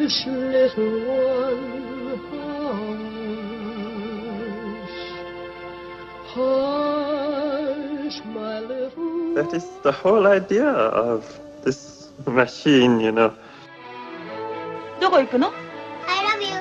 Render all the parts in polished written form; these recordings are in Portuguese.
Hush, little one, hush, hush, my little... That is the whole idea of this machine, you know. どこ行くの? I love you.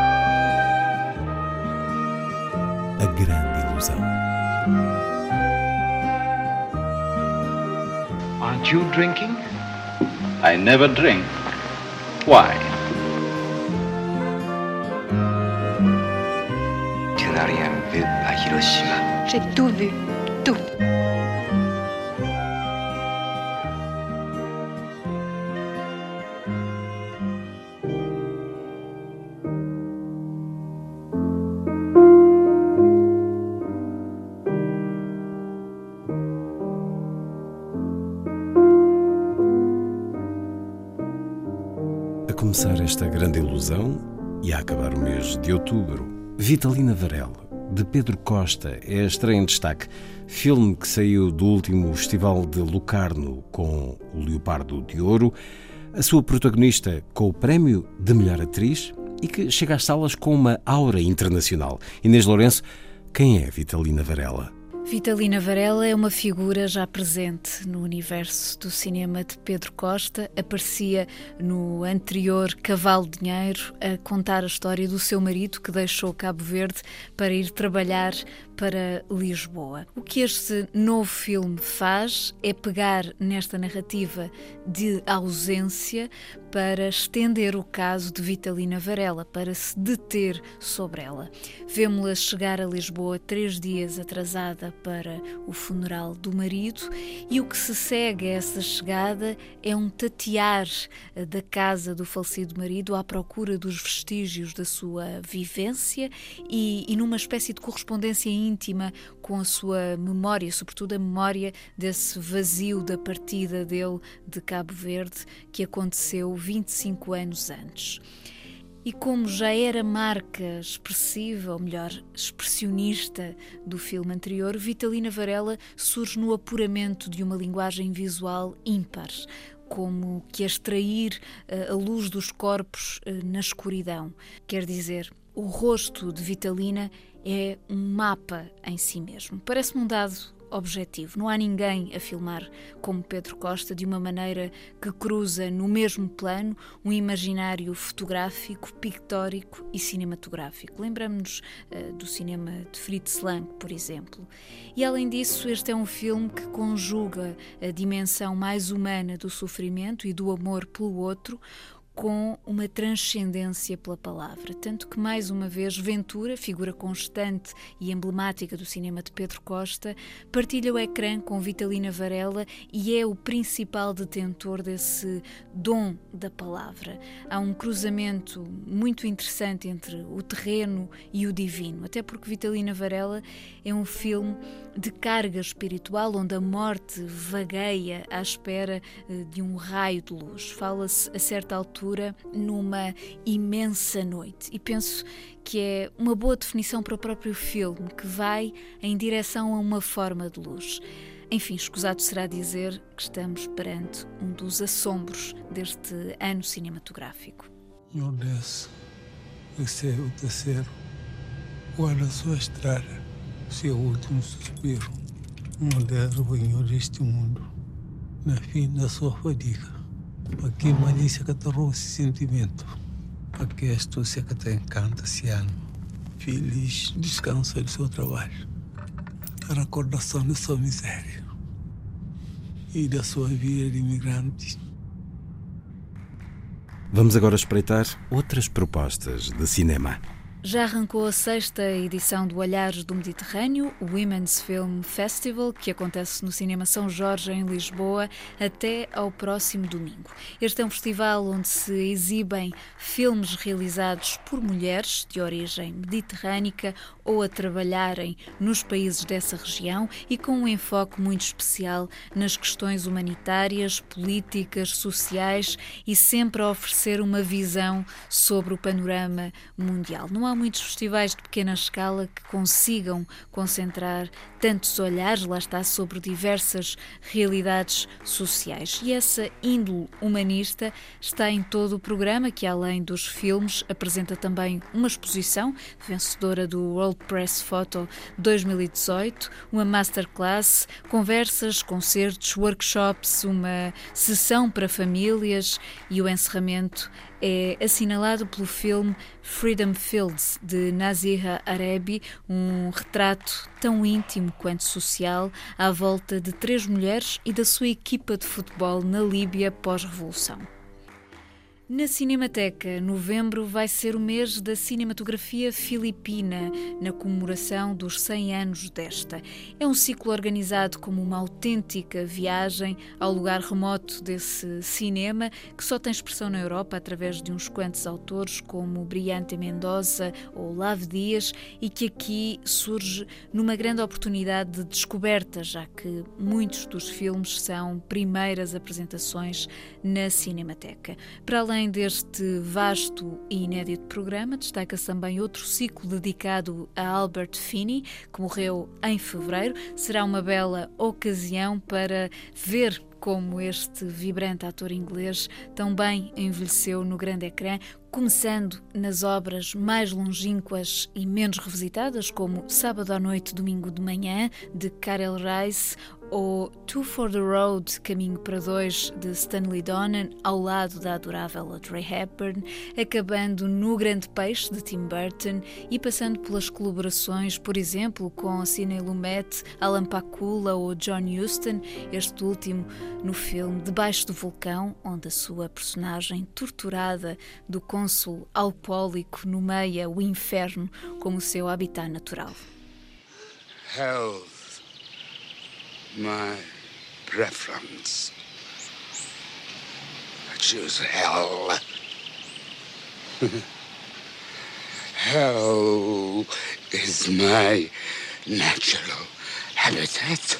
A grande ilusão. Aren't you drinking? I never drink. Why? Tu n'as rien vu à Hiroshima. J'ai tout vu, tout. A começar esta grande ilusão e a acabar o mês de outubro, Vitalina Varela, de Pedro Costa, é a estreia em destaque. Filme que saiu do último Festival de Locarno com o Leopardo de Ouro, a sua protagonista com o prémio de melhor atriz e que chega às salas com uma aura internacional. Inês Lourenço, quem é Vitalina Varela? Vitalina Varela é uma figura já presente no universo do cinema de Pedro Costa. Aparecia no anterior Cavalo de Dinheiro a contar a história do seu marido que deixou Cabo Verde para ir trabalhar para Lisboa. O que este novo filme faz é pegar nesta narrativa de ausência para estender o caso de Vitalina Varela, para se deter sobre ela. Vemo-la chegar a Lisboa 3 dias atrasada para o funeral do marido e o que se segue a essa chegada é um tatear da casa do falecido marido à procura dos vestígios da sua vivência e numa espécie de correspondência íntima com a sua memória, sobretudo a memória desse vazio da partida dele de Cabo Verde que aconteceu 25 anos antes. E como já era marca expressiva, ou melhor, expressionista do filme anterior, Vitalina Varela surge no apuramento de uma linguagem visual ímpar, como que extrair a luz dos corpos na escuridão. Quer dizer, o rosto de Vitalina é um mapa em si mesmo. Parece-me um dado objetivo. Não há ninguém a filmar como Pedro Costa de uma maneira que cruza no mesmo plano um imaginário fotográfico, pictórico e cinematográfico. Lembramos-nos do cinema de Fritz Lang, por exemplo. E além disso, este é um filme que conjuga a dimensão mais humana do sofrimento e do amor pelo outro com uma transcendência pela palavra. Tanto que, mais uma vez, Ventura, figura constante e emblemática do cinema de Pedro Costa, partilha o ecrã com Vitalina Varela e é o principal detentor desse dom da palavra. Há um cruzamento muito interessante entre o terreno e o divino, até porque Vitalina Varela é um filme de carga espiritual, onde a morte vagueia à espera de um raio de luz. Fala-se, a certa altura, numa imensa noite. E penso que é uma boa definição para o próprio filme, que vai em direção a uma forma de luz. Enfim, escusado será dizer que estamos perante um dos assombros deste ano cinematográfico. Meu Deus, você é o terceiro. Guarda a sua estrada, seu último suspiro. Meu Deus, o banho deste mundo, na fim da sua fadiga. Para que malícia que te rouba esse sentimento? Para que astúcia que te encanta esse ano? Feliz descanso do seu trabalho. A recordação da sua miséria e da sua vida de imigrante. Vamos agora espreitar outras propostas de cinema. Já arrancou a 6ª edição do Olhares do Mediterrâneo, o Women's Film Festival, que acontece no Cinema São Jorge, em Lisboa, até ao próximo domingo. Este é um festival onde se exibem filmes realizados por mulheres de origem mediterrânica ou a trabalharem nos países dessa região e com um enfoque muito especial nas questões humanitárias, políticas, sociais e sempre a oferecer uma visão sobre o panorama mundial. Não há muitos festivais de pequena escala que consigam concentrar tantos olhares, lá está, sobre diversas realidades sociais. E essa índole humanista está em todo o programa, que além dos filmes apresenta também uma exposição vencedora do World Press Photo 2018, uma masterclass, conversas, concertos, workshops, uma sessão para famílias e o encerramento é assinalado pelo filme Freedom Fields, de Naziha Arabi, um retrato tão íntimo quanto social à volta de 3 mulheres e da sua equipa de futebol na Líbia pós-revolução. Na Cinemateca, novembro vai ser o mês da cinematografia filipina, na comemoração dos 100 anos desta. É um ciclo organizado como uma autêntica viagem ao lugar remoto desse cinema, que só tem expressão na Europa através de uns quantos autores como Briante Mendoza ou Lave Dias, e que aqui surge numa grande oportunidade de descoberta, já que muitos dos filmes são primeiras apresentações na Cinemateca. Para além deste vasto e inédito programa, destaca-se também outro ciclo dedicado a Albert Finney, que morreu em fevereiro. Será uma bela ocasião para ver como este vibrante ator inglês tão bem envelheceu no grande ecrã, começando nas obras mais longínquas e menos revisitadas, como Sábado à Noite, Domingo de Manhã, de Karel Reisz, ou Two for the Road, Caminho para Dois, de Stanley Donen, ao lado da adorável Audrey Hepburn, acabando no Grande Peixe, de Tim Burton, e passando pelas colaborações, por exemplo, com Sidney Lumet, Alan Pakula ou John Huston, este último no filme Debaixo do Vulcão, onde a sua personagem torturada do cônsul alcoólico nomeia o inferno como seu habitat natural. Hell, my preference. I choose hell. Hell is my natural habitat.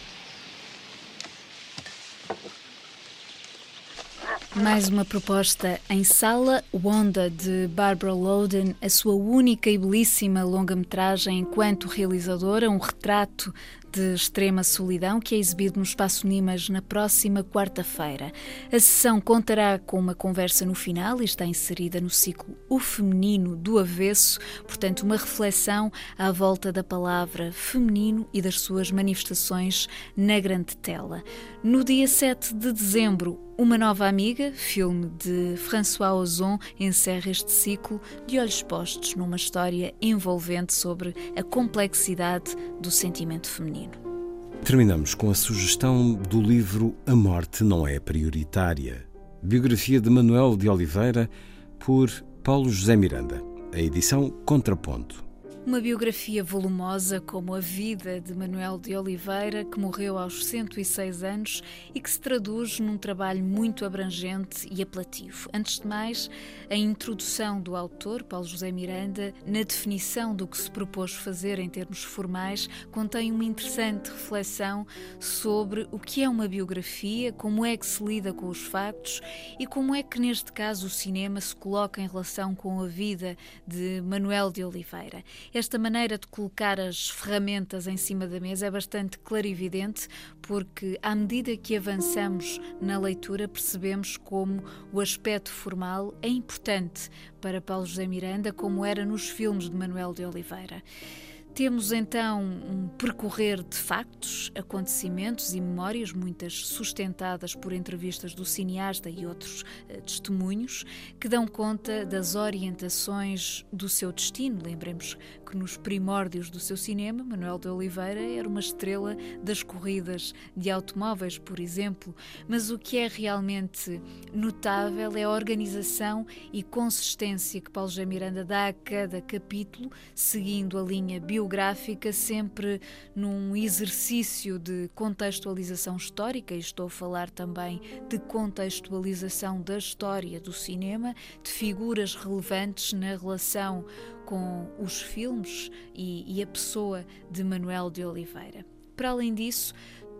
Mais uma proposta em sala, Wanda, de Barbara Loden, a sua única e belíssima longa-metragem enquanto realizadora, um retrato de extrema solidão, que é exibido no Espaço Nimas na próxima quarta-feira. A sessão contará com uma conversa no final e está inserida no ciclo O Feminino do Avesso, portanto uma reflexão à volta da palavra feminino e das suas manifestações na grande tela. No dia 7 de dezembro, Uma Nova Amiga, filme de François Ozon, encerra este ciclo de olhos postos numa história envolvente sobre a complexidade do sentimento feminino. Terminamos com a sugestão do livro A Morte Não É Prioritária, biografia de Manuel de Oliveira, por Paulo José Miranda, a edição Contraponto. Uma biografia volumosa como a vida de Manuel de Oliveira, que morreu aos 106 anos e que se traduz num trabalho muito abrangente e apelativo. Antes de mais, a introdução do autor, Paulo José Miranda, na definição do que se propôs fazer em termos formais, contém uma interessante reflexão sobre o que é uma biografia, como é que se lida com os factos e como é que, neste caso, o cinema se coloca em relação com a vida de Manuel de Oliveira. Esta maneira de colocar as ferramentas em cima da mesa é bastante clarividente, porque à medida que avançamos na leitura percebemos como o aspecto formal é importante para Paulo José Miranda, como era nos filmes de Manuel de Oliveira. Temos então um percorrer de factos, acontecimentos e memórias, muitas sustentadas por entrevistas do cineasta e outros testemunhos, que dão conta das orientações do seu destino. Lembremos que nos primórdios do seu cinema, Manuel de Oliveira era uma estrela das corridas de automóveis, por exemplo, mas o que é realmente notável é a organização e consistência que Paulo José Miranda dá a cada capítulo, seguindo a linha biográfica, sempre num exercício de contextualização histórica, e estou a falar também de contextualização da história do cinema, de figuras relevantes na relação com os filmes e a pessoa de Manuel de Oliveira. Para além disso,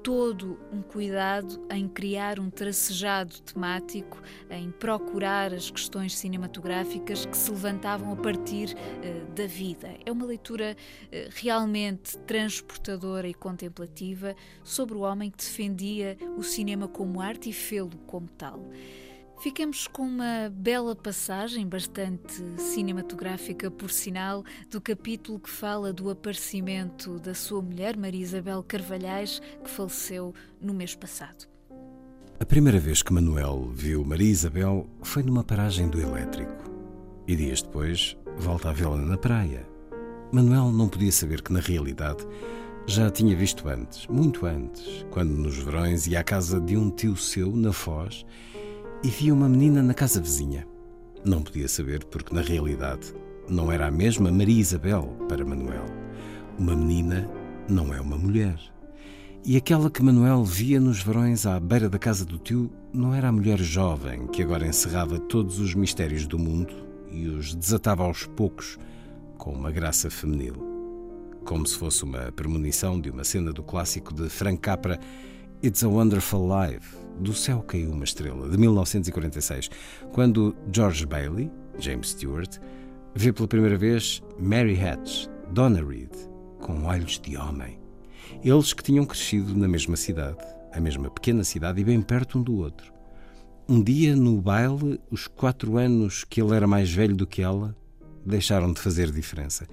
todo um cuidado em criar um tracejado temático, em procurar as questões cinematográficas que se levantavam a partir da vida. É uma leitura realmente transportadora e contemplativa sobre o homem que defendia o cinema como arte e fê-lo como tal. Ficamos com uma bela passagem, bastante cinematográfica por sinal, do capítulo que fala do aparecimento da sua mulher, Maria Isabel Carvalhais, que faleceu no mês passado. A primeira vez que Manuel viu Maria Isabel foi numa paragem do elétrico. E dias depois, volta a vê-la na praia. Manuel não podia saber que, na realidade, já a tinha visto antes, muito antes, quando nos verões ia à casa de um tio seu, na Foz, e via uma menina na casa vizinha. Não podia saber porque, na realidade, não era a mesma Maria Isabel para Manuel. Uma menina não é uma mulher. E aquela que Manuel via nos verões à beira da casa do tio não era a mulher jovem que agora encerrava todos os mistérios do mundo e os desatava aos poucos com uma graça feminil. Como se fosse uma premonição de uma cena do clássico de Frank Capra, It's a Wonderful Life, Do Céu Caiu uma Estrela, de 1946, quando George Bailey, James Stewart, vê pela primeira vez Mary Hatch, Donna Reed, com olhos de homem. Eles que tinham crescido na mesma cidade, a mesma pequena cidade e bem perto um do outro. Um dia, no baile, os 4 anos que ele era mais velho do que ela deixaram de fazer diferença.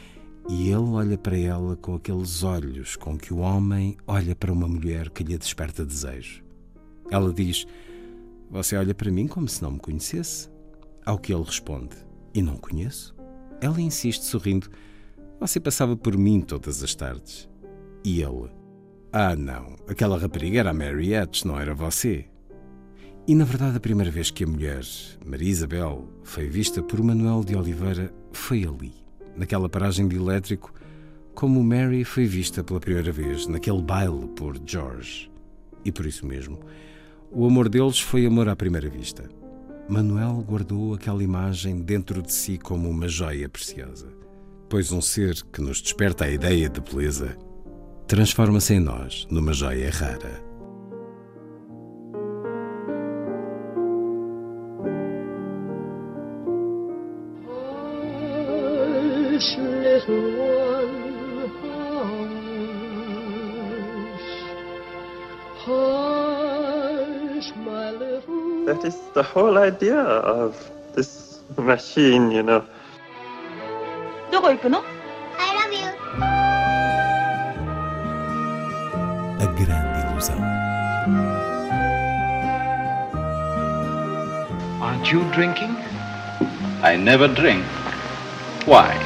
E ele olha para ela com aqueles olhos com que o homem olha para uma mulher que lhe desperta desejo. Ela diz: "Você olha para mim como se não me conhecesse." Ao que ele responde: "E não conheço?" Ela insiste, sorrindo: "Você passava por mim todas as tardes." E ele: "Ah, não, aquela rapariga era a Mary Hatch, não era você." E, na verdade, a primeira vez que a mulher, Maria Isabel, foi vista por Manuel de Oliveira foi ali, naquela paragem de elétrico, como Mary foi vista pela primeira vez naquele baile por George. E por isso mesmo, o amor deles foi amor à primeira vista. Manuel guardou aquela imagem dentro de si como uma joia preciosa, pois um ser que nos desperta a ideia de beleza transforma-se em nós numa joia rara. Hush, little one, hush, hush, my little... That is the whole idea of this machine, you know. どこ行くの? I love you. A grande ilusão. Aren't you drinking? I never drink. Why?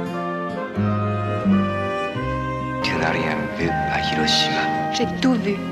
Tu n'as rien vu à Hiroshima. J'ai tout vu.